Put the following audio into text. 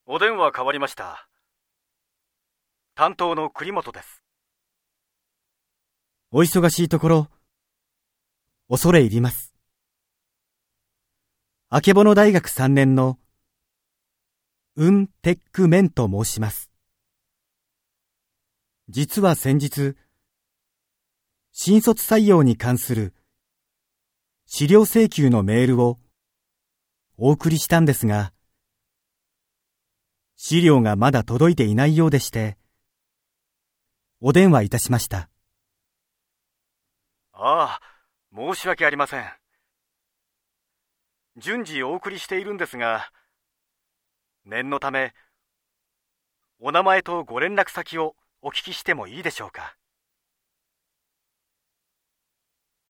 お電話変わりました。担当の栗本です。 お忙しいところ、恐れ入ります。あけぼの大学3年のウン・テック・メンと申します。実は先日、新卒採用に関する資料請求のメールをお送りしたんですが、資料がまだ届いていないようでして、お電話いたしました。 ああ、申し訳ありません。順次お送りしているんですが、念のため、お名前とご連絡先をお聞きしてもいいでしょうか。